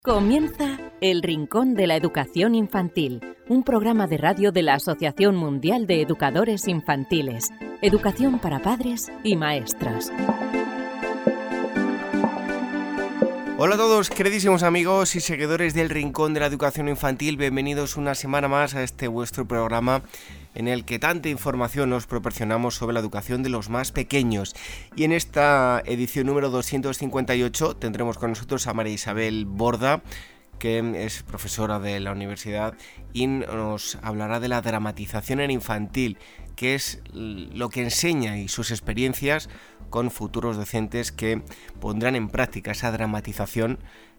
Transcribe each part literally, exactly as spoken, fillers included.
Comienza El Rincón de la Educación Infantil, un programa de radio de la Asociación Mundial de Educadores Infantiles. Educación para padres y maestros. Hola a todos, queridísimos amigos y seguidores del Rincón de la Educación Infantil. Bienvenidos una semana más a este vuestro programa en el que tanta información os proporcionamos sobre la educación de los más pequeños. Y en esta edición número doscientos cincuenta y ocho tendremos con nosotros a María Isabel Borda, que es profesora de la universidad y nos hablará de la dramatización en infantil, que es lo que enseña y sus experiencias con futuros docentes que pondrán en práctica esa dramatización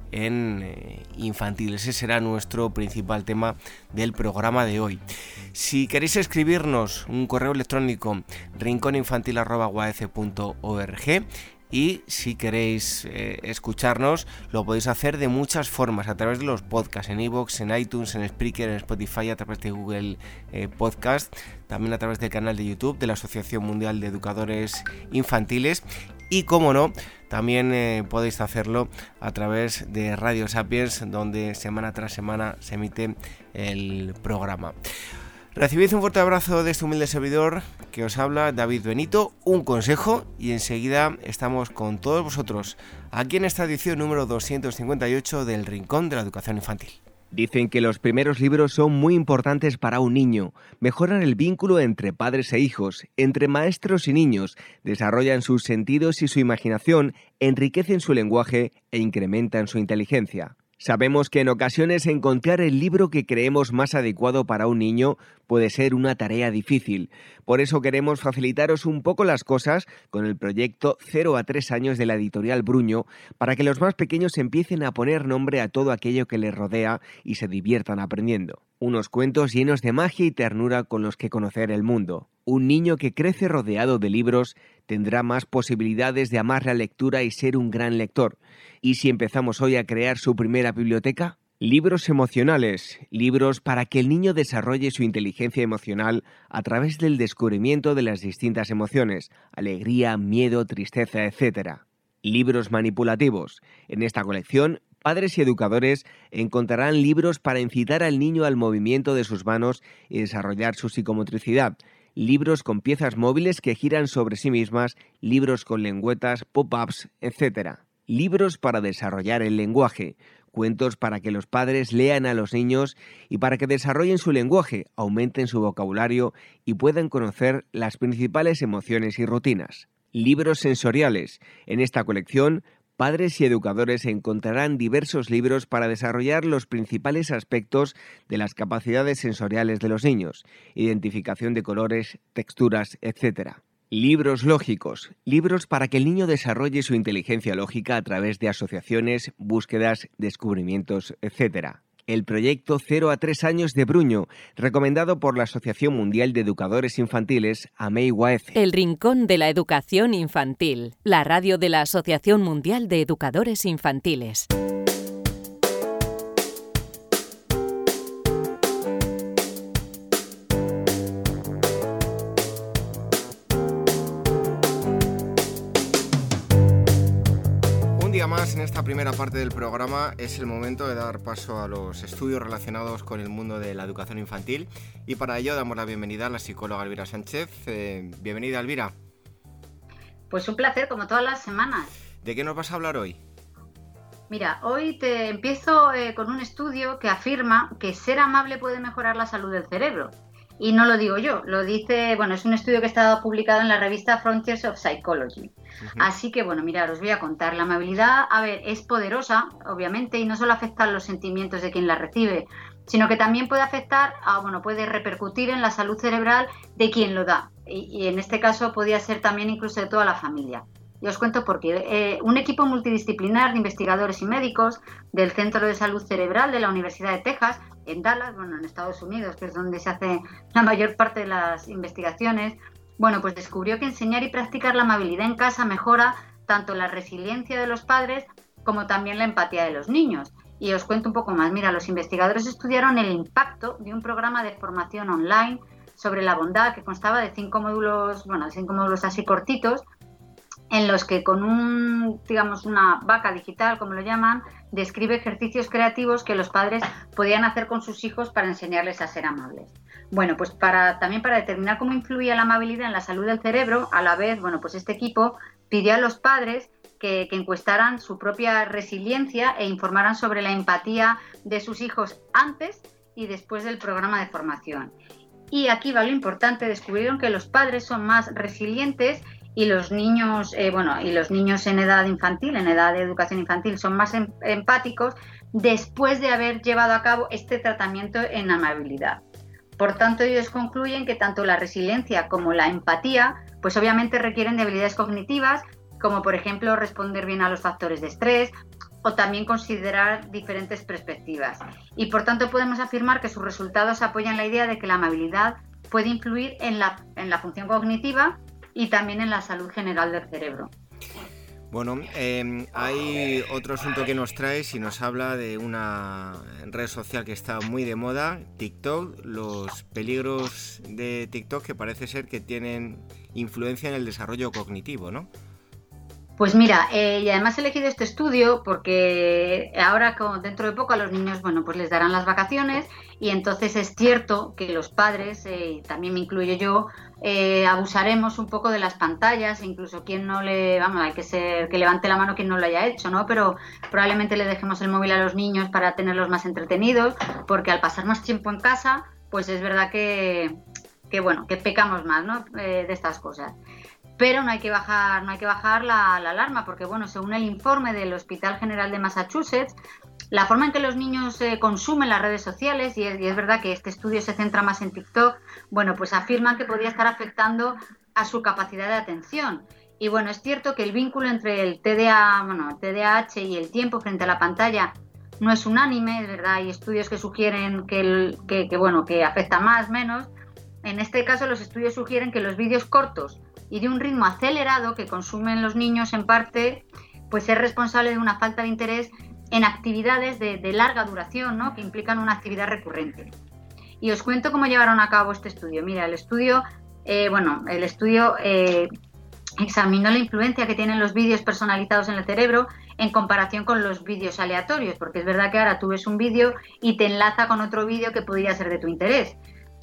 en eh, infantiles. Ese será nuestro principal tema del programa de hoy. Si queréis escribirnos un correo electrónico rinconinfantil arroba u a e ce punto org, y si queréis eh, escucharnos, lo podéis hacer de muchas formas, a través de los podcasts, en iVoox, en iTunes, en Spreaker, en Spotify, a través de Google eh, Podcast, también a través del canal de YouTube de la Asociación Mundial de Educadores Infantiles. Y como no, también eh, podéis hacerlo a través de Radio Sapiens, donde semana tras semana se emite el programa. Recibid un fuerte abrazo de este humilde servidor que os habla, David Benito, un consejo, y enseguida estamos con todos vosotros aquí en esta edición número doscientos cincuenta y ocho del Rincón de la Educación Infantil. Dicen que los primeros libros son muy importantes para un niño, mejoran el vínculo entre padres e hijos, entre maestros y niños, desarrollan sus sentidos y su imaginación, enriquecen su lenguaje e incrementan su inteligencia. Sabemos que en ocasiones encontrar el libro que creemos más adecuado para un niño puede ser una tarea difícil. Por eso queremos facilitaros un poco las cosas con el proyecto cero a tres años de la editorial Bruño, para que los más pequeños empiecen a poner nombre a todo aquello que les rodea y se diviertan aprendiendo. Unos cuentos llenos de magia y ternura con los que conocer el mundo. Un niño que crece rodeado de libros tendrá más posibilidades de amar la lectura y ser un gran lector. ¿Y si empezamos hoy a crear su primera biblioteca? Libros emocionales, libros para que el niño desarrolle su inteligencia emocional a través del descubrimiento de las distintas emociones, alegría, miedo, tristeza, etcétera. Libros manipulativos. En esta colección, padres y educadores encontrarán libros para incitar al niño al movimiento de sus manos y desarrollar su psicomotricidad. Libros con piezas móviles que giran sobre sí mismas, libros con lengüetas, pop-ups, etcétera. Libros para desarrollar el lenguaje, cuentos para que los padres lean a los niños y para que desarrollen su lenguaje, aumenten su vocabulario y puedan conocer las principales emociones y rutinas. Libros sensoriales. En esta colección, padres y educadores encontrarán diversos libros para desarrollar los principales aspectos de las capacidades sensoriales de los niños, identificación de colores, texturas, etcétera. Libros lógicos, libros para que el niño desarrolle su inteligencia lógica a través de asociaciones, búsquedas, descubrimientos, etcétera. El proyecto cero a tres años de Bruño, recomendado por la Asociación Mundial de Educadores Infantiles, A M E I U A E C E. El Rincón de la Educación Infantil, la radio de la Asociación Mundial de Educadores Infantiles. Más en esta primera parte del programa es el momento de dar paso a los estudios relacionados con el mundo de la educación infantil, y para ello damos la bienvenida a la psicóloga Elvira Sánchez. Eh, bienvenida, Elvira. Pues un placer, como todas las semanas. ¿De qué nos vas a hablar hoy? Mira, hoy te empiezo eh, con un estudio que afirma que ser amable puede mejorar la salud del cerebro. Y no lo digo yo, lo dice, bueno, es un estudio que está publicado en la revista Frontiers of Psychology. Uh-huh. Así que, bueno, mirad, os voy a contar. La amabilidad, a ver, es poderosa, obviamente, y no solo afecta a los sentimientos de quien la recibe, sino que también puede afectar, a, bueno, puede repercutir en la salud cerebral de quien lo da. Y, y en este caso podría ser también incluso de toda la familia. Y os cuento por qué. Eh, un equipo multidisciplinar de investigadores y médicos del Centro de Salud Cerebral de la Universidad de Texas, en Dallas, bueno, en Estados Unidos, que es donde se hace la mayor parte de las investigaciones, bueno, pues descubrió que enseñar y practicar la amabilidad en casa mejora tanto la resiliencia de los padres como también la empatía de los niños. Y os cuento un poco más. Mira, los investigadores estudiaron el impacto de un programa de formación online sobre la bondad que constaba de cinco módulos, bueno, cinco módulos así cortitos, en los que con un, digamos, una vaca digital, como lo llaman, describe ejercicios creativos que los padres podían hacer con sus hijos para enseñarles a ser amables. Bueno, pues para, también para determinar cómo influía la amabilidad en la salud del cerebro, a la vez, bueno, pues este equipo pidió a los padres que, que encuestaran su propia resiliencia e informaran sobre la empatía de sus hijos antes y después del programa de formación. Y aquí va lo importante, descubrieron que los padres son más resilientes y los niños, eh, bueno, y los niños en edad infantil, en edad de educación infantil, son más em- empáticos después de haber llevado a cabo este tratamiento en amabilidad. Por tanto, ellos concluyen que tanto la resiliencia como la empatía, pues obviamente requieren de habilidades cognitivas, como por ejemplo responder bien a los factores de estrés o también considerar diferentes perspectivas. Y por tanto podemos afirmar que sus resultados apoyan la idea de que la amabilidad puede influir en la, en la función cognitiva y también en la salud general del cerebro. Bueno, eh, hay otro asunto que nos traes y nos habla de una red social que está muy de moda, TikTok, los peligros de TikTok que parece ser que tienen influencia en el desarrollo cognitivo, ¿no? Pues mira, eh, y además he elegido este estudio porque ahora como dentro de poco a los niños, bueno, pues les darán las vacaciones y entonces es cierto que los padres, eh, y también me incluyo yo, eh, abusaremos un poco de las pantallas, incluso quien no le, vamos, hay que ser, que levante la mano quien no lo haya hecho, ¿no? Pero probablemente le dejemos el móvil a los niños para tenerlos más entretenidos, porque al pasar más tiempo en casa, pues es verdad que, que bueno, que pecamos más, ¿no? Eh, de estas cosas. Pero no hay que bajar, no hay que bajar la, la alarma, porque bueno, según el informe del Hospital General de Massachusetts, la forma en que los niños eh, consumen las redes sociales, y es, y es verdad que este estudio se centra más en TikTok, bueno, pues afirman que podría estar afectando a su capacidad de atención. Y bueno, es cierto que el vínculo entre el T D A, bueno, el T D A H y el tiempo frente a la pantalla no es unánime, es verdad, hay estudios que sugieren que, el, que, que bueno, que afecta más, menos. En este caso, los estudios sugieren que los vídeos cortos y de un ritmo acelerado que consumen los niños en parte, pues es responsable de una falta de interés en actividades de, de larga duración, ¿no? Que implican una actividad recurrente. Y os cuento cómo llevaron a cabo este estudio. Mira, el estudio, eh, bueno, el estudio eh, examinó la influencia que tienen los vídeos personalizados en el cerebro en comparación con los vídeos aleatorios, porque es verdad que ahora tú ves un vídeo y te enlaza con otro vídeo que podría ser de tu interés.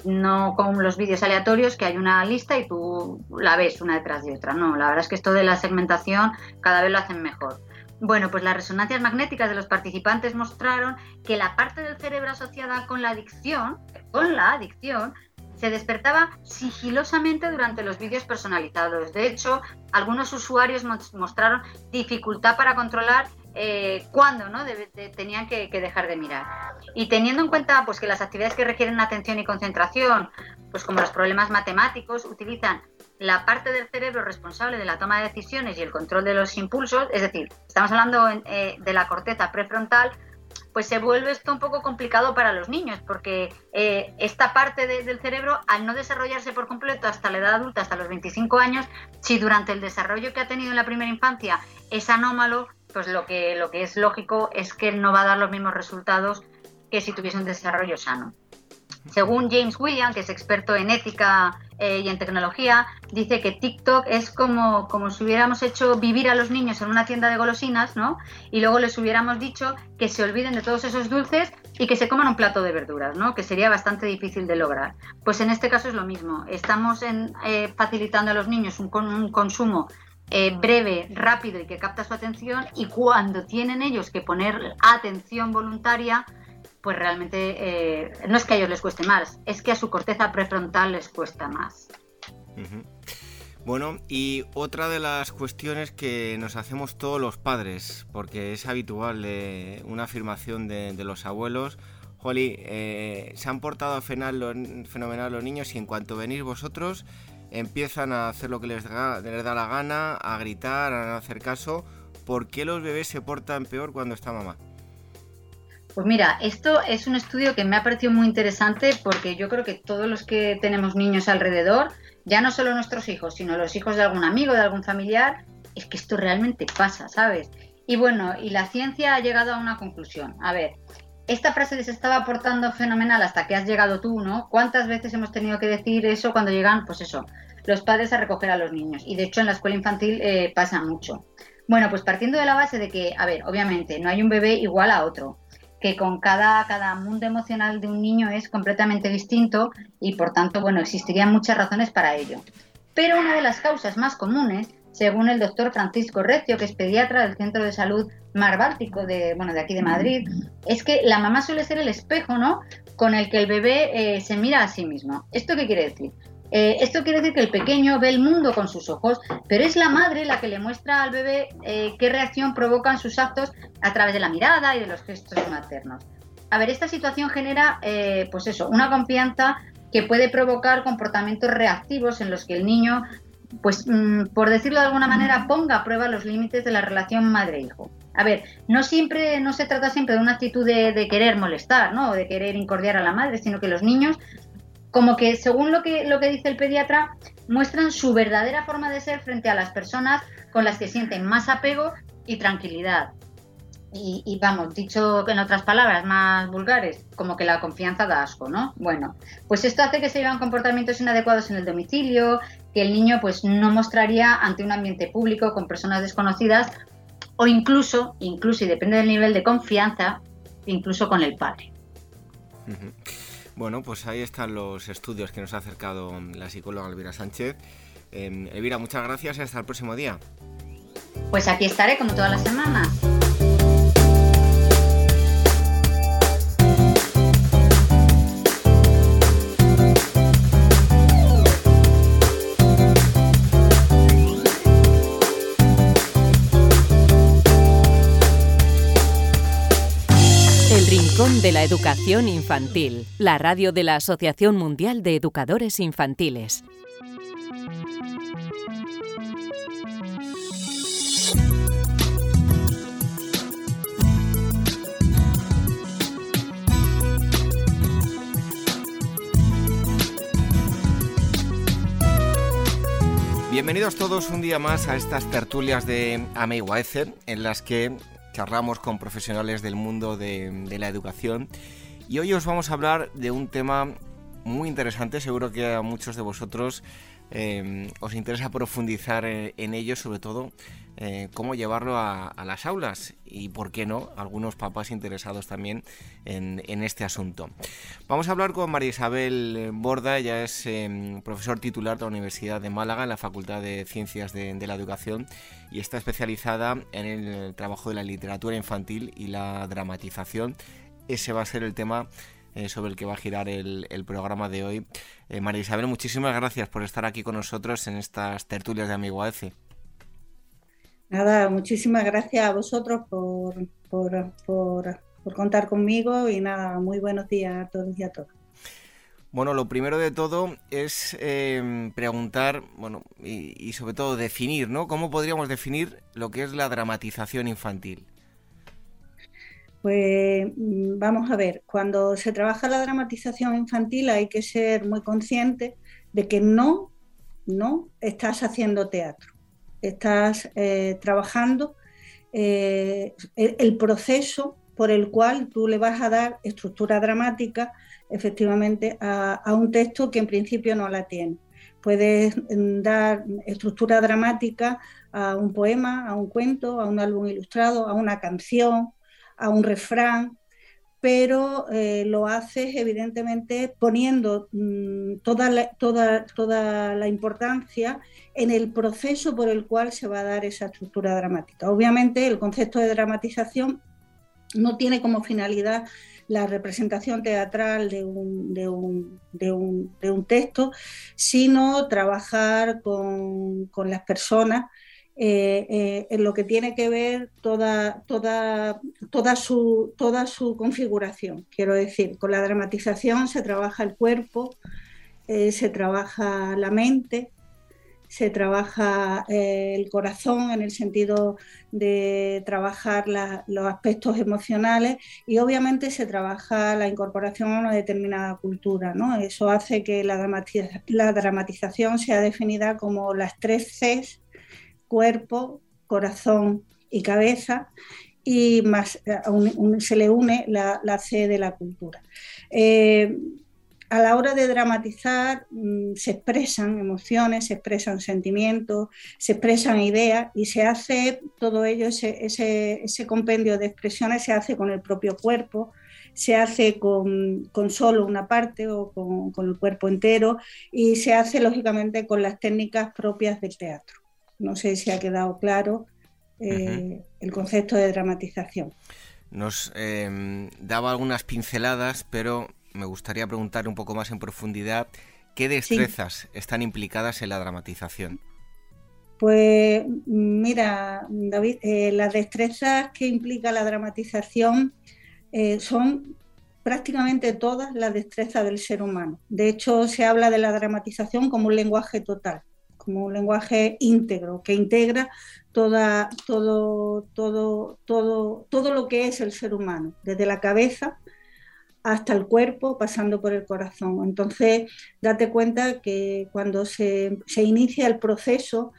No con los vídeos aleatorios que hay una lista y tú la ves una detrás de otra. No, la verdad es que esto de la segmentación cada vez lo hacen mejor. Bueno, pues las resonancias magnéticas de los participantes mostraron que la parte del cerebro asociada con la adicción, con la adicción, se despertaba sigilosamente durante los vídeos personalizados. De hecho, algunos usuarios mostraron dificultad para controlar eh, cuándo, ¿no? de, de, tenían que, que dejar de mirar. Y teniendo en cuenta pues, que las actividades que requieren atención y concentración, pues como los problemas matemáticos, utilizan la parte del cerebro responsable de la toma de decisiones y el control de los impulsos, es decir, estamos hablando eh, de la corteza prefrontal, pues se vuelve esto un poco complicado para los niños, porque eh, esta parte de, del cerebro, al no desarrollarse por completo hasta la edad adulta, hasta los veinticinco años, si durante el desarrollo que ha tenido en la primera infancia es anómalo, pues lo que, lo que es lógico es que no va a dar los mismos resultados que si tuviese un desarrollo sano. Según James Williams, que es experto en ética eh, y en tecnología, dice que TikTok es como, como si hubiéramos hecho vivir a los niños en una tienda de golosinas, ¿no? Y luego les hubiéramos dicho que se olviden de todos esos dulces y que se coman un plato de verduras, ¿no? Que sería bastante difícil de lograr. Pues en este caso es lo mismo. Estamos en, eh, facilitando a los niños un, un consumo eh, breve, rápido y que capta su atención, y cuando tienen ellos que poner atención voluntaria, pues realmente eh, no es que a ellos les cueste más, es que a su corteza prefrontal les cuesta más. Uh-huh. Bueno, y otra de las cuestiones que nos hacemos todos los padres, porque es habitual eh, una afirmación de, de los abuelos: Joli, eh, se han portado fenomenal, fenomenal los niños y en cuanto venís vosotros empiezan a hacer lo que les da, les da la gana, a gritar, a no hacer caso. ¿Por qué los bebés se portan peor cuando está mamá? Pues mira, esto es un estudio que me ha parecido muy interesante, porque yo creo que todos los que tenemos niños alrededor, ya no solo nuestros hijos, sino los hijos de algún amigo, de algún familiar, es que esto realmente pasa, ¿sabes? Y bueno, y la ciencia ha llegado a una conclusión. A ver, esta frase de se estaba portando fenomenal hasta que has llegado tú, ¿no? ¿Cuántas veces hemos tenido que decir eso cuando llegan, pues eso, los padres a recoger a los niños. Y de hecho en la escuela infantil eh, pasa mucho. Bueno, pues partiendo de la base de que, a ver, obviamente no hay un bebé igual a otro, que con cada, cada mundo emocional de un niño es completamente distinto y por tanto, bueno, existirían muchas razones para ello. Pero una de las causas más comunes, según el doctor Francisco Recio, que es pediatra del Centro de Salud Mar Báltico de, bueno, de aquí de Madrid, es que la mamá suele ser el espejo, ¿no?, con el que el bebé eh, se mira a sí mismo. ¿Esto qué quiere decir? Eh, esto quiere decir que el pequeño ve el mundo con sus ojos, pero es la madre la que le muestra al bebé eh, qué reacción provocan sus actos a través de la mirada y de los gestos maternos. A ver, esta situación genera, eh, pues eso, una confianza que puede provocar comportamientos reactivos en los que el niño, pues mmm, por decirlo de alguna manera, ponga a prueba los límites de la relación madre-hijo. A ver, no siempre, no se trata siempre de una actitud de, de querer molestar, ¿no?, o de querer incordiar a la madre, sino que los niños, como que según lo que, lo que dice el pediatra, muestran su verdadera forma de ser frente a las personas con las que sienten más apego y tranquilidad. Y, y vamos, dicho en otras palabras más vulgares, como que la confianza da asco, ¿no? Bueno, pues esto hace que se llevan comportamientos inadecuados en el domicilio, que el niño pues no mostraría ante un ambiente público con personas desconocidas o incluso, incluso y depende del nivel de confianza, incluso con el padre. Uh-huh. Bueno, pues ahí están los estudios que nos ha acercado la psicóloga Elvira Sánchez. Eh, Elvira, muchas gracias y hasta el próximo día. Pues aquí estaré como todas las semanas. El Rincón de la Educación Infantil, la radio de la Asociación Mundial de Educadores Infantiles. Bienvenidos todos un día más a estas tertulias de Ameiguaece, en las que charlamos con profesionales del mundo de, de la educación, y hoy os vamos a hablar de un tema muy interesante. Seguro que a muchos de vosotros eh, os interesa profundizar en, en ello, sobre todo eh, cómo llevarlo a, a las aulas y, por qué no, algunos papás interesados también en, en este asunto. Vamos a hablar con María Isabel Borda. Ella es eh, profesor titular de la Universidad de Málaga en la Facultad de Ciencias de, de la Educación y está especializada en el trabajo de la literatura infantil y la dramatización. Ese va a ser el tema eh, sobre el que va a girar el, el programa de hoy. Eh, María Isabel, muchísimas gracias por estar aquí con nosotros en estas tertulias de Ameiguaece. Nada, muchísimas gracias a vosotros por, por, por, por contar conmigo y nada, muy buenos días a todos y a todas. Bueno, lo primero de todo es eh, preguntar, bueno, y, y sobre todo definir, ¿no? ¿Cómo podríamos definir lo que es la dramatización infantil? Pues vamos a ver, cuando se trabaja la dramatización infantil hay que ser muy consciente de que no, no estás haciendo teatro, estás eh, trabajando eh, el, el proceso por el cual tú le vas a dar estructura dramática efectivamente a, a un texto que en principio no la tiene. Puedes dar estructura dramática a un poema, a un cuento, a un álbum ilustrado, a una canción, a un refrán, pero eh, lo haces evidentemente poniendo mmm, toda, la, toda, toda la importancia en el proceso por el cual se va a dar esa estructura dramática. Obviamente el concepto de dramatización no tiene como finalidad la representación teatral de un, de un, de un, de un texto, sino trabajar con, con las personas Eh, eh, en lo que tiene que ver toda, toda, toda, su, toda su configuración. Quiero decir, con la dramatización se trabaja el cuerpo, eh, se trabaja la mente, se trabaja eh, el corazón en el sentido de trabajar la, los aspectos emocionales y obviamente se trabaja la incorporación a una determinada cultura, ¿no? Eso hace que la, dramatiza- la dramatización sea definida como las tres Cs: cuerpo, corazón y cabeza, y más un, un, se le une la, la C de la cultura. Eh, a la hora de dramatizar mmm, se expresan emociones, se expresan sentimientos, se expresan ideas y se hace todo ello, ese, ese, ese compendio de expresiones se hace con el propio cuerpo, se hace con, con solo una parte o con, con el cuerpo entero y se hace lógicamente con las técnicas propias del teatro. No sé si ha quedado claro eh, uh-huh. el concepto de dramatización. Nos eh, daba algunas pinceladas, pero me gustaría preguntar un poco más en profundidad ¿qué destrezas sí. están implicadas en la dramatización? Pues mira, David, eh, las destrezas que implica la dramatización eh, son prácticamente todas las destrezas del ser humano. De hecho, se habla de la dramatización como un lenguaje total, como un lenguaje íntegro, que integra toda, todo, todo, todo, todo lo que es el ser humano, desde la cabeza hasta el cuerpo, pasando por el corazón. Entonces, date cuenta que cuando se, se inicia el proceso,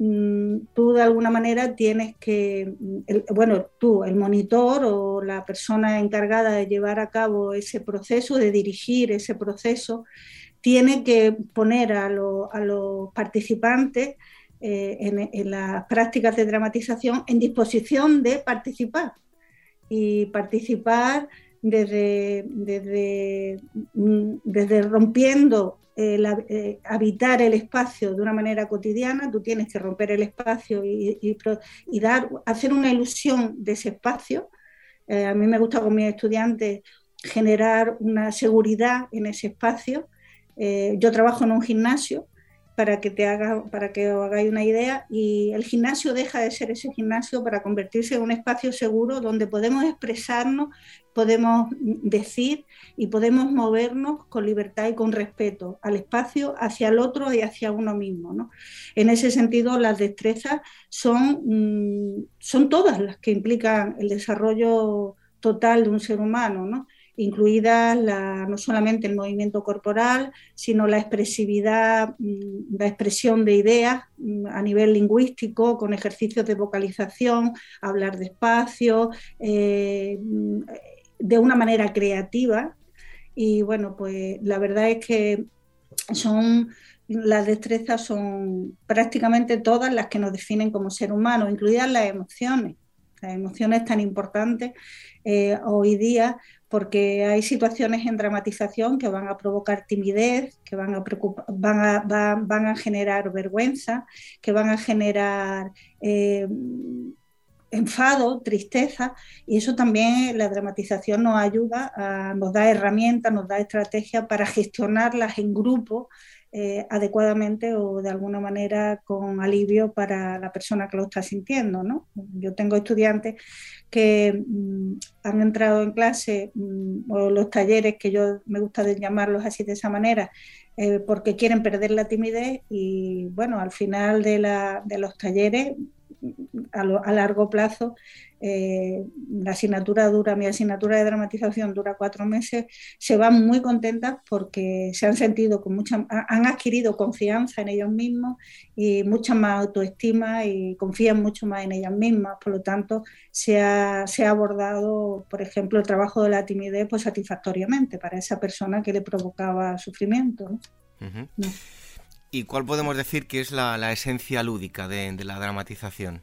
tú de alguna manera tienes que, el, bueno, tú, el monitor o la persona encargada de llevar a cabo ese proceso, de dirigir ese proceso, tiene que poner a, lo, a los participantes eh, en, en las prácticas de dramatización en disposición de participar y participar desde, desde, desde rompiendo Eh, la, eh, habitar el espacio de una manera cotidiana. Tú tienes que romper el espacio y, y, y dar, hacer una ilusión de ese espacio. Eh, a mí me gusta con mis estudiantes generar una seguridad en ese espacio. Eh, yo trabajo en un gimnasio para que, te haga, para que os hagáis una idea, y el gimnasio deja de ser ese gimnasio para convertirse en un espacio seguro donde podemos expresarnos, podemos decir y podemos movernos con libertad y con respeto al espacio, hacia el otro y hacia uno mismo, ¿no? En ese sentido, las destrezas son, mmm, son todas las que implican el desarrollo total de un ser humano, ¿no? Incluidas la, no solamente el movimiento corporal, sino la expresividad, la expresión de ideas a nivel lingüístico, con ejercicios de vocalización, hablar despacio, eh, de una manera creativa. Y bueno, pues la verdad es que son, las destrezas son prácticamente todas las que nos definen como ser humano, incluidas las emociones. Las emociones tan importantes eh, hoy día, porque hay situaciones en dramatización que van a provocar timidez, que van a, preocupar, van a, van, van a generar vergüenza, que van a generar eh, enfado, tristeza, y eso también la dramatización nos ayuda, a, nos da herramientas, nos da estrategias para gestionarlas en grupo eh, adecuadamente o de alguna manera con alivio para la persona que lo está sintiendo, ¿no? Yo tengo estudiantes que mmm, han entrado en clase mmm, o los talleres, que yo me gusta llamarlos así de esa manera, eh, porque quieren perder la timidez, y bueno, al final de, la, de los talleres, a, lo, a largo plazo, eh, la asignatura dura, mi asignatura de dramatización dura cuatro meses, se van muy contentas porque se han sentido con mucha, han adquirido confianza en ellos mismos y mucha más autoestima y confían mucho más en ellas mismas. Por lo tanto, se ha, se ha abordado, por ejemplo, el trabajo de la timidez pues satisfactoriamente para esa persona que le provocaba sufrimiento, ¿no? Uh-huh. No. ¿Y cuál podemos decir que es la, la esencia lúdica de, de la dramatización?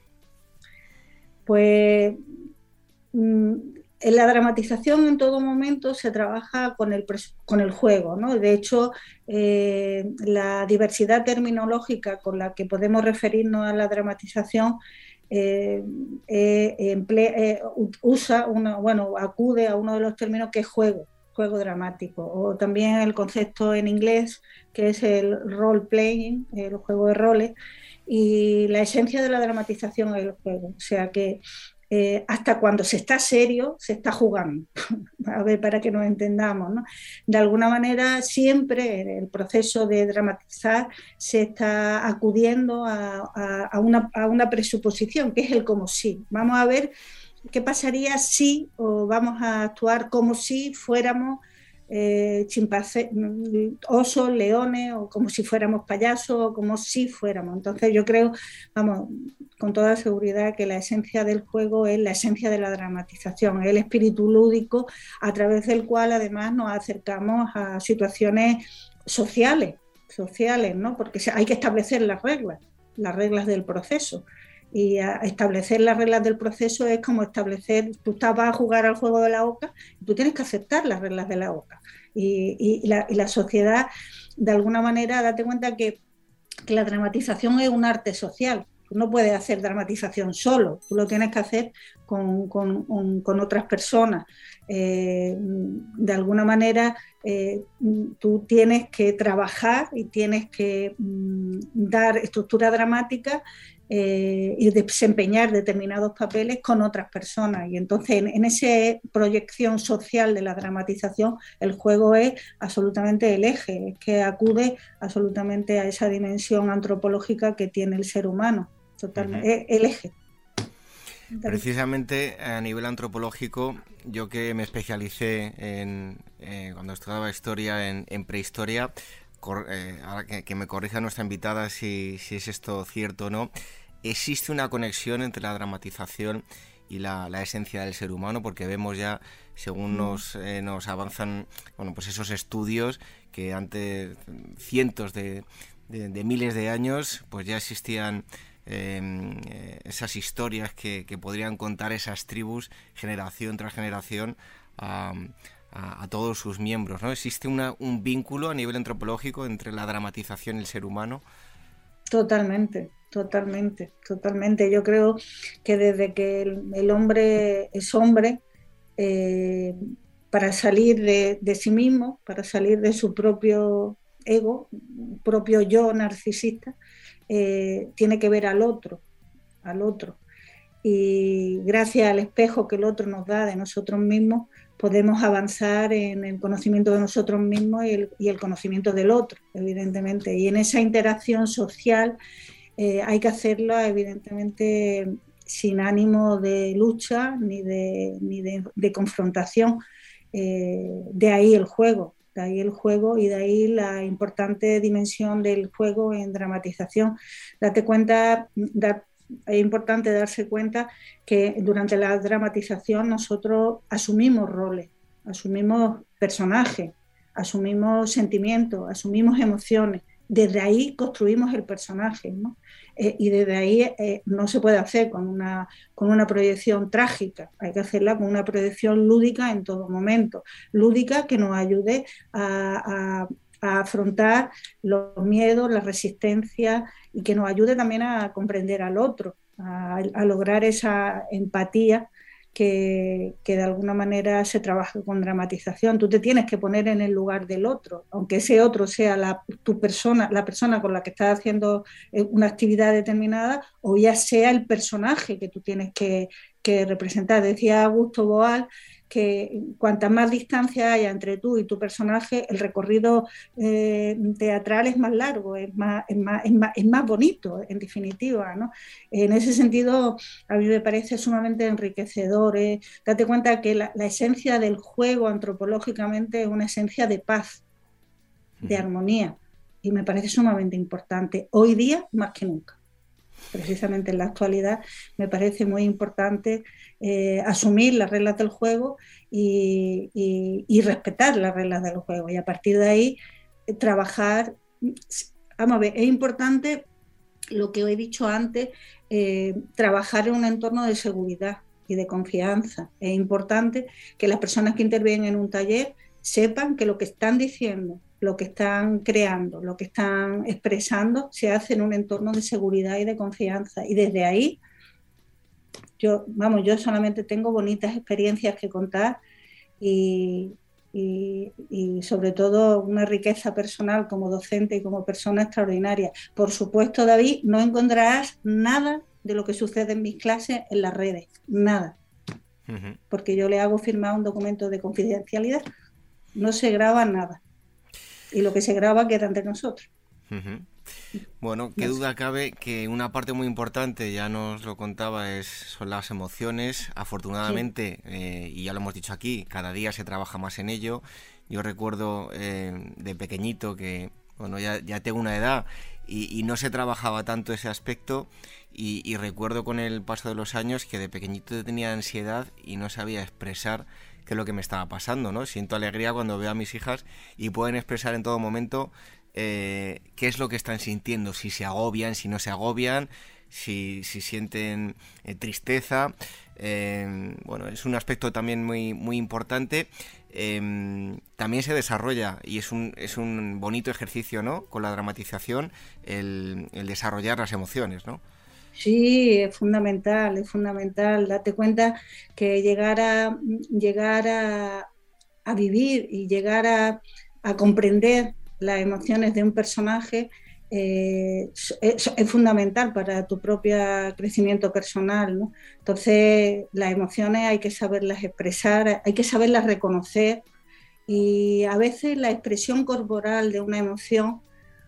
Pues en la dramatización en todo momento se trabaja con el, con el juego, ¿no? De hecho, eh, la diversidad terminológica con la que podemos referirnos a la dramatización eh, eh, emplea, eh, usa una, bueno, acude a uno de los términos que es juego, juego dramático, o también el concepto en inglés que es el role playing, el juego de roles. Y la esencia de la dramatización es el juego, o sea que eh, hasta cuando se está serio, se está jugando, a ver, para que nos entendamos, ¿no? De alguna manera siempre en el proceso de dramatizar se está acudiendo a, a, a, una, a una presuposición, que es el como si. Vamos a ver qué pasaría si, o vamos a actuar como si fuéramos eh, chimpancés, osos, leones, o como si fuéramos payasos, o como si fuéramos. Entonces yo creo, vamos, con toda seguridad que la esencia del juego es la esencia de la dramatización, es el espíritu lúdico a través del cual además nos acercamos a situaciones sociales, sociales, ¿no? Porque hay que establecer las reglas, las reglas del proceso. Y a establecer las reglas del proceso es como establecer, tú vas a jugar al juego de la oca y tú tienes que aceptar las reglas de la oca. Y, y, y, la, y la sociedad, de alguna manera, date cuenta que, que la dramatización es un arte social. Tú no puedes hacer dramatización solo, tú lo tienes que hacer con, con, con, con otras personas. Eh, de alguna manera, eh, tú tienes que trabajar y tienes que mm, dar estructura dramática eh, y desempeñar determinados papeles con otras personas. Y entonces, en, en esa proyección social de la dramatización, el juego es absolutamente el eje, es que acude absolutamente a esa dimensión antropológica que tiene el ser humano. Totalmente, uh-huh. el eje. Precisamente a nivel antropológico, yo que me especialicé en eh, cuando estudiaba historia en, en prehistoria, cor, eh, ahora que, que me corrija nuestra invitada si, si es esto cierto o no, existe una conexión entre la dramatización y la, la esencia del ser humano, porque vemos ya, según mm. nos, eh, nos avanzan, bueno, pues esos estudios que antes, cientos de, de, de miles de años, pues ya existían Eh, esas historias que, que podrían contar esas tribus generación tras generación a, a, a todos sus miembros, ¿no? ¿Existe una, un vínculo a nivel antropológico entre la dramatización y el ser humano? Totalmente, totalmente, totalmente. Yo creo que desde que el, el hombre es hombre, eh, para salir de, de sí mismo, para salir de su propio ego, propio yo narcisista, Eh, tiene que ver al otro, al otro. Y gracias al espejo que el otro nos da de nosotros mismos, podemos avanzar en el conocimiento de nosotros mismos y el, y el conocimiento del otro, evidentemente. Y en esa interacción social eh, hay que hacerla, evidentemente, sin ánimo de lucha ni de, ni de, de confrontación. Eh, de ahí el juego. De ahí el juego y de ahí la importante dimensión del juego en dramatización. Date cuenta, da, es importante darse cuenta que durante la dramatización nosotros asumimos roles, asumimos personajes, asumimos sentimientos, asumimos emociones. Desde ahí construimos el personaje, ¿no? Eh, y desde ahí eh, no se puede hacer con una, con una proyección trágica, hay que hacerla con una proyección lúdica en todo momento, lúdica que nos ayude a, a, a afrontar los miedos, la resistencia y que nos ayude también a comprender al otro, a, a lograr esa empatía Que, que de alguna manera se trabaja con dramatización. Tú te tienes que poner en el lugar del otro, aunque ese otro sea la, tu persona, la persona con la que estás haciendo una actividad determinada, o ya sea el personaje que tú tienes que, que representar. Decía Augusto Boal que cuanta más distancia haya entre tú y tu personaje, el recorrido eh, teatral es más largo, es más, es, más, es, más, es más bonito, en definitiva, ¿no? En ese sentido, a mí me parece sumamente enriquecedor. ¿eh? Date cuenta que la, la esencia del juego antropológicamente es una esencia de paz, de armonía, y me parece sumamente importante, hoy día más que nunca. Precisamente en la actualidad me parece muy importante eh, asumir las reglas del juego y, y, y respetar las reglas del juego, y a partir de ahí eh, trabajar. Vamos a ver, es importante lo que he dicho antes, eh, trabajar en un entorno de seguridad y de confianza. Es importante que las personas que intervienen en un taller sepan que lo que están diciendo, lo que están creando, lo que están expresando, se hace en un entorno de seguridad y de confianza. Y desde ahí, yo, vamos, yo solamente tengo bonitas experiencias que contar y, y, y sobre todo una riqueza personal como docente y como persona extraordinaria. Por supuesto, David, no encontrarás nada de lo que sucede en mis clases en las redes, nada. Uh-huh. Porque yo le hago firmar un documento de confidencialidad, no se graba nada. Y lo que se graba queda entre nosotros. Uh-huh. Bueno, qué duda cabe que una parte muy importante, ya nos lo contaba, es, son las emociones. Afortunadamente, sí. eh, y ya lo hemos dicho aquí, cada día se trabaja más en ello. Yo recuerdo eh, de pequeñito que, bueno, ya, ya tengo una edad y, y no se trabajaba tanto ese aspecto y, y recuerdo con el paso de los años que de pequeñito tenía ansiedad y no sabía expresar qué es lo que me estaba pasando, ¿no? Siento alegría cuando veo a mis hijas y pueden expresar en todo momento eh, qué es lo que están sintiendo, si se agobian, si no se agobian, si, si sienten eh, tristeza. Eh, bueno, es un aspecto también muy, muy importante. Eh, también se desarrolla y es un, es un bonito ejercicio, ¿no? Con la dramatización, el, el desarrollar las emociones, ¿no? Sí, es fundamental, es fundamental. Date cuenta que llegar a, llegar a, a vivir y llegar a, a comprender las emociones de un personaje eh, es, es fundamental para tu propio crecimiento personal, ¿no? Entonces, las emociones hay que saberlas expresar, hay que saberlas reconocer y a veces la expresión corporal de una emoción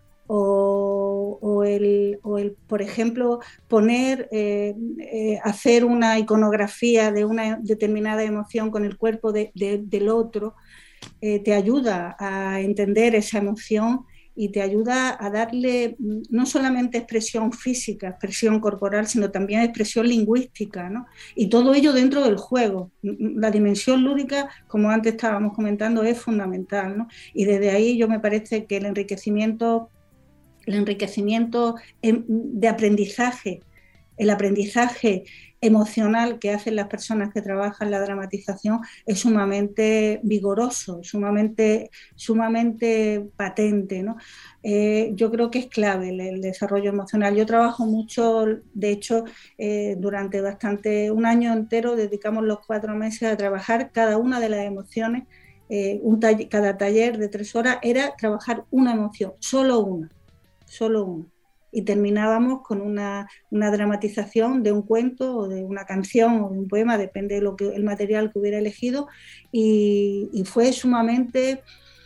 O, o, el, o el, por ejemplo, poner, eh, eh, hacer una iconografía de una determinada emoción con el cuerpo de, de, del otro, eh, te ayuda a entender esa emoción y te ayuda a darle no solamente expresión física, expresión corporal, sino también expresión lingüística, ¿no? Y todo ello dentro del juego. La dimensión lúdica, como antes estábamos comentando, es fundamental, ¿no? Y desde ahí yo me parece que el enriquecimiento el enriquecimiento de aprendizaje, el aprendizaje emocional que hacen las personas que trabajan la dramatización es sumamente vigoroso, sumamente, sumamente patente, ¿no? Eh, yo creo que es clave el, el desarrollo emocional. Yo trabajo mucho, de hecho, eh, durante bastante, un año entero dedicamos los cuatro meses a trabajar cada una de las emociones. Eh, un taller, cada taller de tres horas era trabajar una emoción, solo una. solo uno. Y terminábamos con una, una dramatización de un cuento o de una canción o de un poema, depende de lo que, el material que hubiera elegido, y, y fue sumamente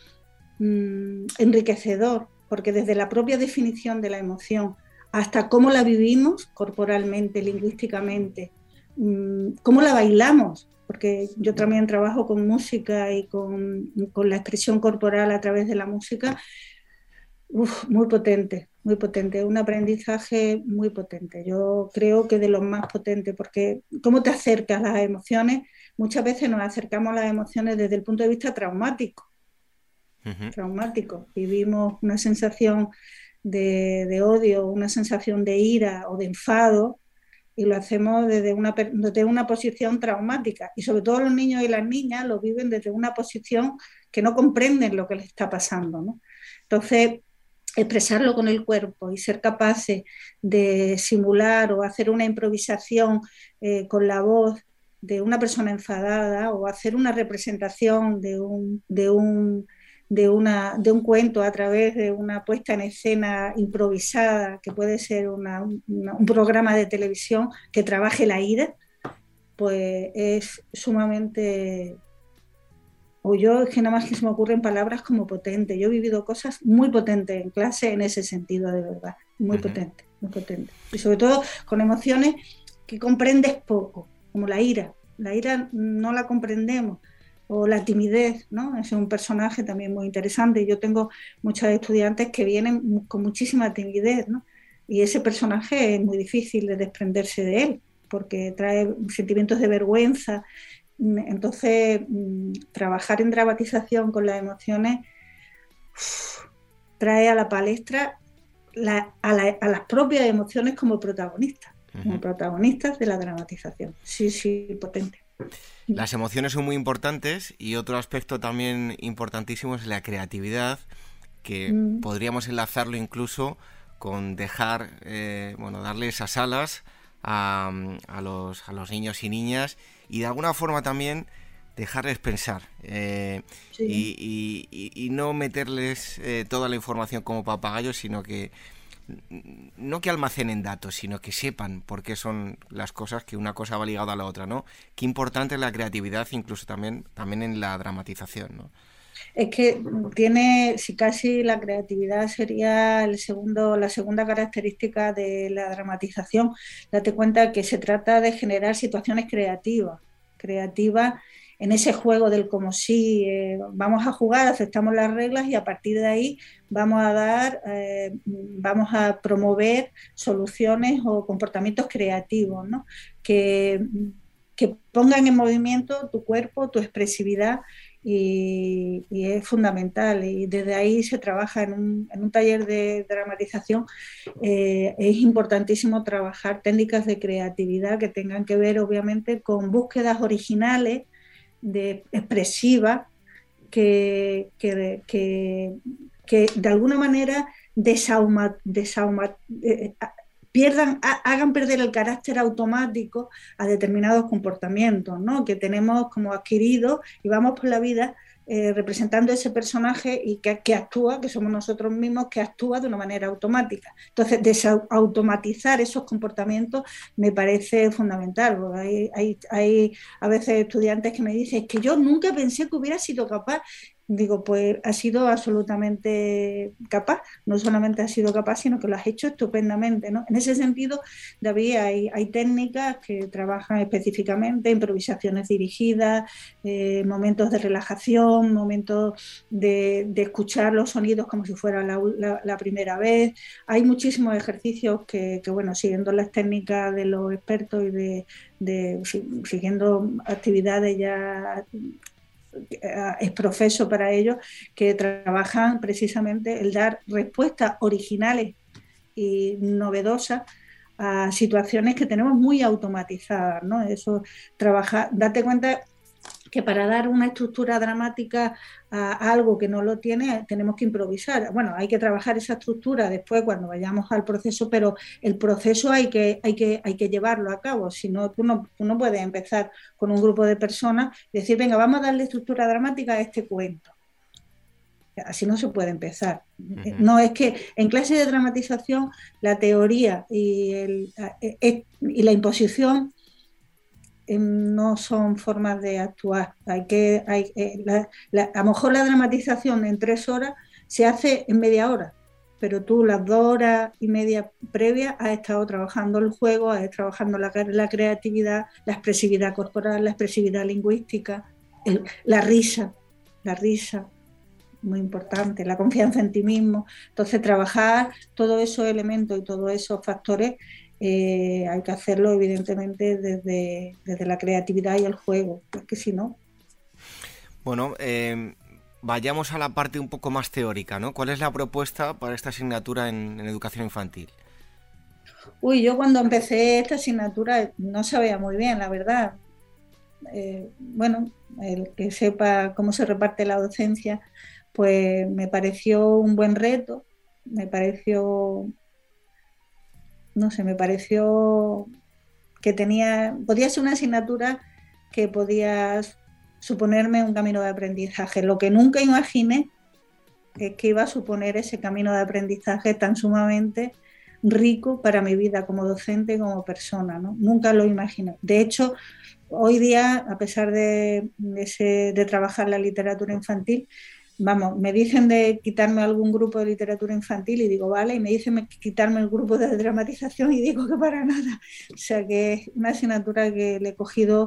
mmm, enriquecedor, porque desde la propia definición de la emoción hasta cómo la vivimos corporalmente, lingüísticamente, mmm, cómo la bailamos, porque yo también trabajo con música y con, con la expresión corporal a través de la música. Uf, muy potente, muy potente, un aprendizaje muy potente. Yo creo que de los más potentes, porque cómo te acercas a las emociones, muchas veces nos acercamos a las emociones desde el punto de vista traumático. Uh-huh. Traumático. Vivimos una sensación de, de odio, una sensación de ira o de enfado, y lo hacemos desde una, desde una posición traumática. Y sobre todo los niños y las niñas lo viven desde una posición que no comprenden lo que les está pasando, ¿no? Entonces, expresarlo con el cuerpo y ser capaces de simular o hacer una improvisación eh, con la voz de una persona enfadada o hacer una representación de un, de un, de una, de un cuento a través de una puesta en escena improvisada, que puede ser una, una, un programa de televisión que trabaje la ira, pues es sumamente... O yo es que nada más que se me ocurren palabras como potente. Yo he vivido cosas muy potentes en clase en ese sentido, de verdad. Muy uh-huh. potente, muy potente. Y sobre todo con emociones que comprendes poco, como la ira. La ira no la comprendemos. O la timidez, ¿no? Es un personaje también muy interesante. Yo tengo muchos estudiantes que vienen con muchísima timidez, ¿no? Y ese personaje es muy difícil de desprenderse de él, porque trae sentimientos de vergüenza. Entonces, trabajar en dramatización con las emociones uff, trae a la palestra la, a, la, a las propias emociones como protagonistas, uh-huh. como protagonistas de la dramatización. Sí, sí, potente. Las emociones son muy importantes y otro aspecto también importantísimo es la creatividad, que mm. podríamos enlazarlo incluso con dejar, eh, bueno, darle esas alas a, a, los, a los niños y niñas y de alguna forma también dejarles pensar eh, sí. y, y, y no meterles eh, toda la información como papagayos, sino que no que almacenen datos, sino que sepan por qué son las cosas, que una cosa va ligada a la otra, ¿no? Qué importante es la creatividad, incluso también, también en la dramatización, ¿no? Es que tiene, si casi la creatividad sería el segundo, la segunda característica de la dramatización. Date cuenta que se trata de generar situaciones creativas, creativas en ese juego del como si eh, vamos a jugar, aceptamos las reglas y a partir de ahí vamos a dar, eh, vamos a promover soluciones o comportamientos creativos, ¿no? que, que pongan en movimiento tu cuerpo, tu expresividad. Y, y es fundamental, y desde ahí se trabaja en un, en un taller de dramatización. Eh, es importantísimo trabajar técnicas de creatividad que tengan que ver obviamente con búsquedas originales, de expresivas, que, que, que, que de alguna manera desauma, desauma, eh, pierdan, hagan perder el carácter automático a determinados comportamientos, ¿no? Que tenemos como adquiridos y vamos por la vida eh, representando ese personaje y que, que actúa, que somos nosotros mismos, que actúa de una manera automática. Entonces, desautomatizar esos comportamientos me parece fundamental, porque hay, hay, hay a veces estudiantes que me dicen, es que yo nunca pensé que hubiera sido capaz. Digo, pues has sido absolutamente capaz, no solamente has sido capaz, sino que lo has hecho estupendamente, ¿no? En ese sentido, David, hay, hay técnicas que trabajan específicamente, improvisaciones dirigidas, eh, momentos de relajación, momentos de, de escuchar los sonidos como si fuera la, la, la primera vez. Hay muchísimos ejercicios que, que, bueno, siguiendo las técnicas de los expertos y de, de siguiendo actividades ya es profeso para ellos, que trabajan precisamente el dar respuestas originales y novedosas a situaciones que tenemos muy automatizadas, ¿no? Eso trabaja, date cuenta que para dar una estructura dramática a algo que no lo tiene, tenemos que improvisar. Bueno, hay que trabajar esa estructura después cuando vayamos al proceso, pero el proceso hay que, hay que, hay que llevarlo a cabo. Si no, tú no, tú no puedes empezar con un grupo de personas y decir, venga, vamos a darle estructura dramática a este cuento. Así no se puede empezar. Uh-huh. No, es que en clase de dramatización la teoría y, el, y la imposición no son formas de actuar. Hay que, hay, eh, la, la, a lo mejor la dramatización en tres horas se hace en media hora, pero tú las dos horas y media previas has estado trabajando el juego, has estado trabajando la, la creatividad, la expresividad corporal, la expresividad lingüística, el, la risa, la risa, muy importante, la confianza en ti mismo. Entonces, trabajar todos esos elementos y todos esos factores Eh, hay que hacerlo evidentemente desde, desde la creatividad y el juego, porque si no... Bueno, eh, vayamos a la parte un poco más teórica, ¿no? ¿Cuál es la propuesta para esta asignatura en, en educación infantil? Uy, yo cuando empecé esta asignatura no sabía muy bien, la verdad. Eh, bueno, el que sepa cómo se reparte la docencia, pues me pareció un buen reto, me pareció... no sé, me pareció que tenía, podía ser una asignatura que podía suponerme un camino de aprendizaje. Lo que nunca imaginé es que iba a suponer ese camino de aprendizaje tan sumamente rico para mi vida como docente y como persona, ¿no? Nunca lo imaginé. De hecho, hoy día, a pesar de, de, ese, de trabajar la literatura infantil, vamos, me dicen de quitarme algún grupo de literatura infantil y digo, vale, y me dicen quitarme el grupo de dramatización y digo que para nada. O sea, que es una asignatura que le he cogido,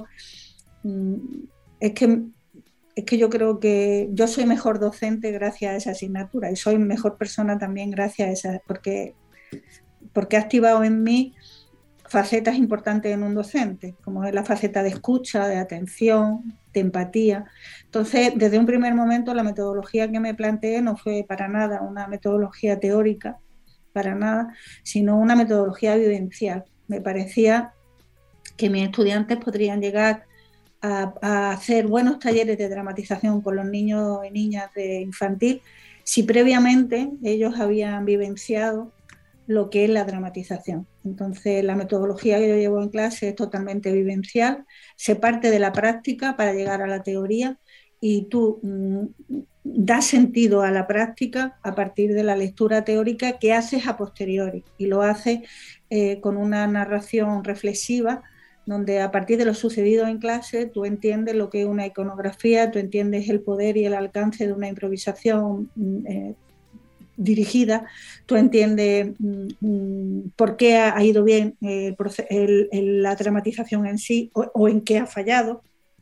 es que, es que yo creo que yo soy mejor docente gracias a esa asignatura y soy mejor persona también gracias a esa, porque, porque ha activado en mí facetas importantes en un docente, como es la faceta de escucha, de atención, de empatía. Entonces, desde un primer momento, la metodología que me planteé no fue para nada una metodología teórica, para nada, sino una metodología vivencial. Me parecía que mis estudiantes podrían llegar a, a hacer buenos talleres de dramatización con los niños y niñas de infantil si previamente ellos habían vivenciado lo que es la dramatización. Entonces, la metodología que yo llevo en clase es totalmente vivencial, se parte de la práctica para llegar a la teoría y tú mmm, das sentido a la práctica a partir de la lectura teórica que haces a posteriori y lo haces eh, con una narración reflexiva donde a partir de lo sucedido en clase tú entiendes lo que es una iconografía, tú entiendes el poder y el alcance de una improvisación eh, dirigida, tú entiendes mm, por qué ha, ha ido bien el, el, el, la dramatización en sí o, o en qué ha fallado.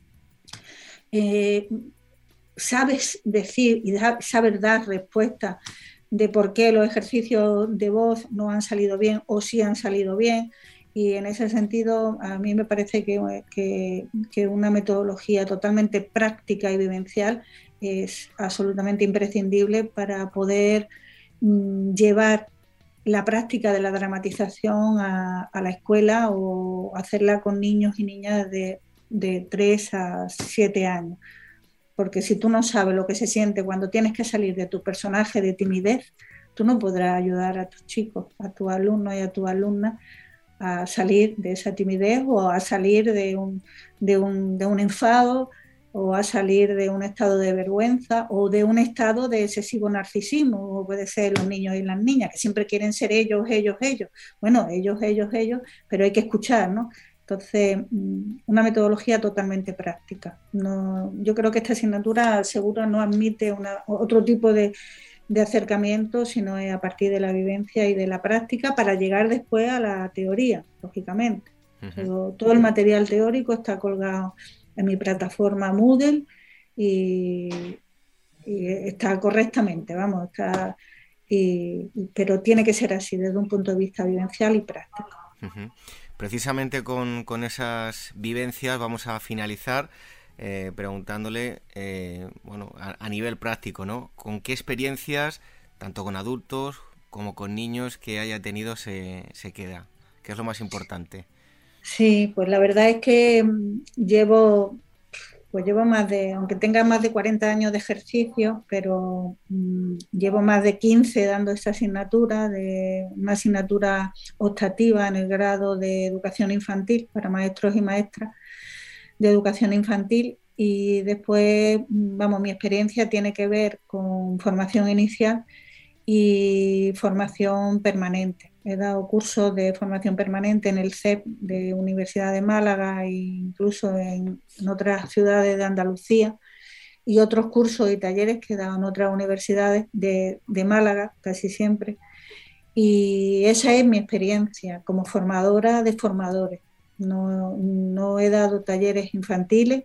Eh, sabes decir y da, sabes dar respuesta de por qué los ejercicios de voz no han salido bien o sí han salido bien. Y en ese sentido, a mí me parece que, que, que una metodología totalmente práctica y vivencial es absolutamente imprescindible para poder mm, llevar la práctica de la dramatización a, a la escuela o hacerla con niños y niñas de, de tres a siete años. Porque si tú no sabes lo que se siente cuando tienes que salir de tu personaje de timidez, tú no podrás ayudar a tus chicos, a tus alumnos y a tus alumnas a salir de esa timidez o a salir de un, de un, de un enfado o a salir de un estado de vergüenza o de un estado de excesivo narcisismo, o puede ser los niños y las niñas, que siempre quieren ser ellos, ellos, ellos. Bueno, ellos, ellos, ellos, pero hay que escuchar, ¿no? Entonces, una metodología totalmente práctica. No, yo creo que esta asignatura seguro no admite una, otro tipo de de acercamiento, sino es a partir de la vivencia y de la práctica para llegar después a la teoría, lógicamente. Uh-huh. Todo, todo el material teórico está colgado en mi plataforma Moodle y, y está correctamente, vamos, está, y, pero tiene que ser así desde un punto de vista vivencial y práctico. Uh-huh. Precisamente con, con esas vivencias vamos a finalizar Eh, preguntándole, eh, bueno, a, a nivel práctico, ¿no? ¿Con qué experiencias, tanto con adultos como con niños que haya tenido, se, se queda? ¿Qué es lo más importante? Sí, pues la verdad es que llevo, pues llevo más de, aunque tenga más de cuarenta años de ejercicio, pero mmm, llevo más de quince dando esta asignatura, de una asignatura optativa en el grado de educación infantil para maestros y maestras de educación infantil, y después, vamos, mi experiencia tiene que ver con formación inicial y formación permanente. He dado cursos de formación permanente en el C E P de Universidad de Málaga e incluso en, en otras ciudades de Andalucía, y otros cursos y talleres que he dado en otras universidades de, de Málaga, casi siempre. Y esa es mi experiencia como formadora de formadores. No, no he dado talleres infantiles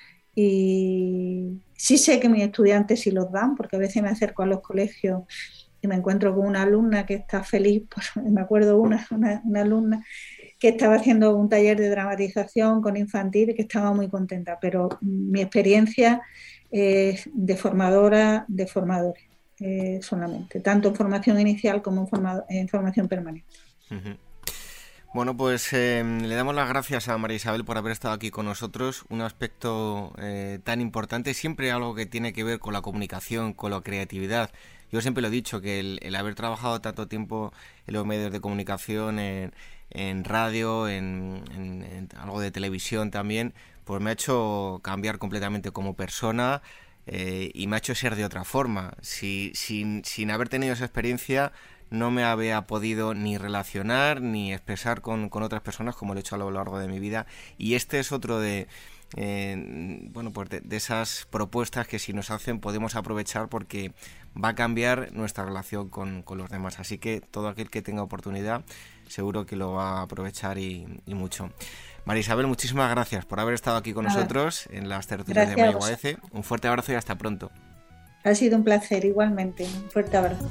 y sí sé que mis estudiantes sí los dan, porque a veces me acerco a los colegios y me encuentro con una alumna que está feliz, pues, me acuerdo una, una, una alumna que estaba haciendo un taller de dramatización con infantil y que estaba muy contenta, pero mi experiencia es de formadora de formadores eh, solamente, tanto en formación inicial como en, formado, en formación permanente. Uh-huh. Bueno, pues eh, le damos las gracias a María Isabel por haber estado aquí con nosotros. Un aspecto eh, tan importante, siempre algo que tiene que ver con la comunicación, con la creatividad. Yo siempre lo he dicho, que el, el haber trabajado tanto tiempo en los medios de comunicación, en, en radio, en, en, en algo de televisión también, pues me ha hecho cambiar completamente como persona eh, y me ha hecho ser de otra forma. Si, sin, sin haber tenido esa experiencia, no me había podido ni relacionar ni expresar con, con otras personas como lo he hecho a lo largo de mi vida, y este es otro de eh, bueno pues de, de esas propuestas que si nos hacen podemos aprovechar, porque va a cambiar nuestra relación con, con los demás, así que todo aquel que tenga oportunidad seguro que lo va a aprovechar y, y mucho. María Isabel, muchísimas gracias por haber estado aquí con Nada. nosotros en las tertulias de Mayagüez. Un fuerte abrazo y hasta pronto. Ha sido un placer, igualmente. Un fuerte abrazo.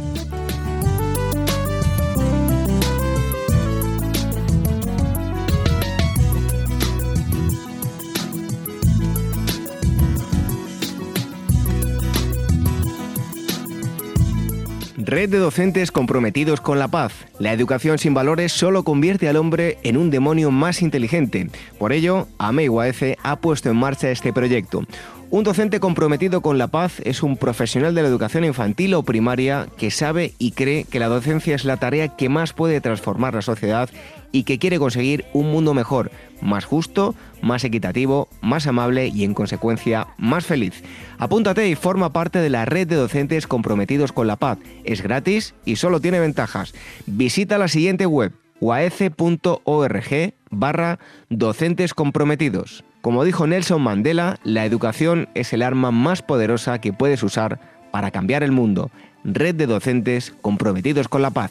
Red de docentes comprometidos con la paz. La educación sin valores solo convierte al hombre en un demonio más inteligente. Por ello, AMEI U A E C ha puesto en marcha este proyecto. Un docente comprometido con la paz es un profesional de la educación infantil o primaria que sabe y cree que la docencia es la tarea que más puede transformar la sociedad y que quiere conseguir un mundo mejor, más justo, más equitativo, más amable y, en consecuencia, más feliz. Apúntate y forma parte de la red de docentes comprometidos con la paz. Es gratis y solo tiene ventajas. Visita la siguiente web, uaece punto org barra docentes comprometidos. Como dijo Nelson Mandela, la educación es el arma más poderosa que puedes usar para cambiar el mundo. Red de docentes comprometidos con la paz.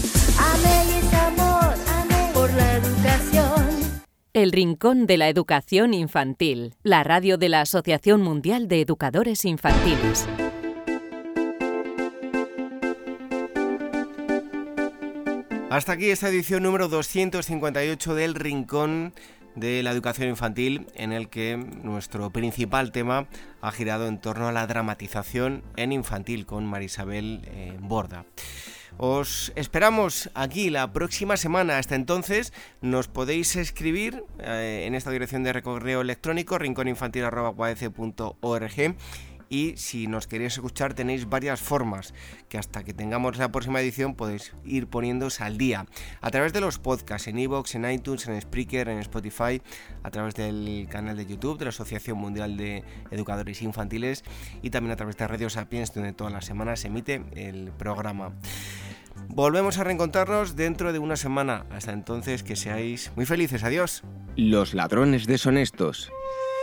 Por la educación. El Rincón de la Educación Infantil, la radio de la Asociación Mundial de Educadores Infantiles. Hasta aquí esta edición número doscientos cincuenta y ocho del Rincón de la Educación Infantil, en el que nuestro principal tema ha girado en torno a la dramatización en infantil con Marisabel eh, Borda. Os esperamos aquí la próxima semana. Hasta entonces nos podéis escribir eh, en esta dirección de correo electrónico rincóninfantil arroba u a e c punto org. Y si nos queréis escuchar tenéis varias formas que hasta que tengamos la próxima edición podéis ir poniéndose al día. A través de los podcasts en iVoox, en iTunes, en Spreaker, en Spotify, a través del canal de YouTube de la Asociación Mundial de Educadores Infantiles y también a través de Radio Sapiens, donde todas las semanas se emite el programa. Volvemos a reencontrarnos dentro de una semana. Hasta entonces, que seáis muy felices. Adiós. Los ladrones deshonestos.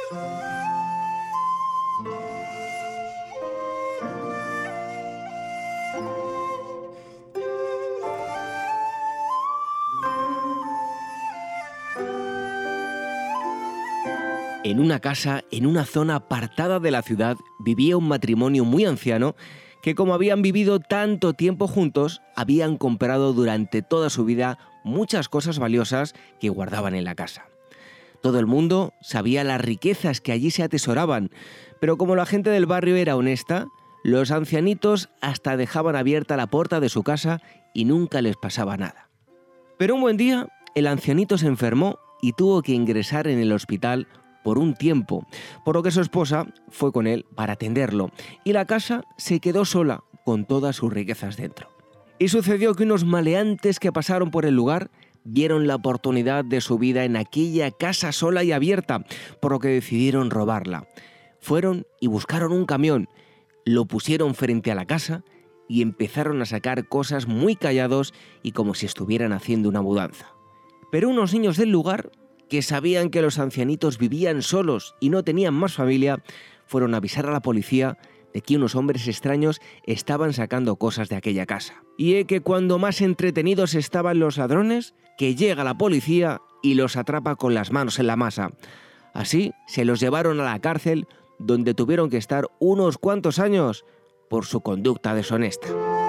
En una casa, en una zona apartada de la ciudad, vivía un matrimonio muy anciano que, como habían vivido tanto tiempo juntos, habían comprado durante toda su vida muchas cosas valiosas que guardaban en la casa. Todo el mundo sabía las riquezas que allí se atesoraban, pero como la gente del barrio era honesta, los ancianitos hasta dejaban abierta la puerta de su casa y nunca les pasaba nada. Pero un buen día, el ancianito se enfermó y tuvo que ingresar en el hospital por un tiempo, por lo que su esposa fue con él para atenderlo y la casa se quedó sola con todas sus riquezas dentro. Y sucedió que unos maleantes que pasaron por el lugar vieron la oportunidad de su vida en aquella casa sola y abierta, por lo que decidieron robarla. Fueron y buscaron un camión, lo pusieron frente a la casa y empezaron a sacar cosas muy callados y como si estuvieran haciendo una mudanza. Pero unos niños del lugar, que sabían que los ancianitos vivían solos y no tenían más familia, fueron a avisar a la policía de que unos hombres extraños estaban sacando cosas de aquella casa. Y es que cuando más entretenidos estaban los ladrones, que llega la policía y los atrapa con las manos en la masa. Así se los llevaron a la cárcel, donde tuvieron que estar unos cuantos años por su conducta deshonesta.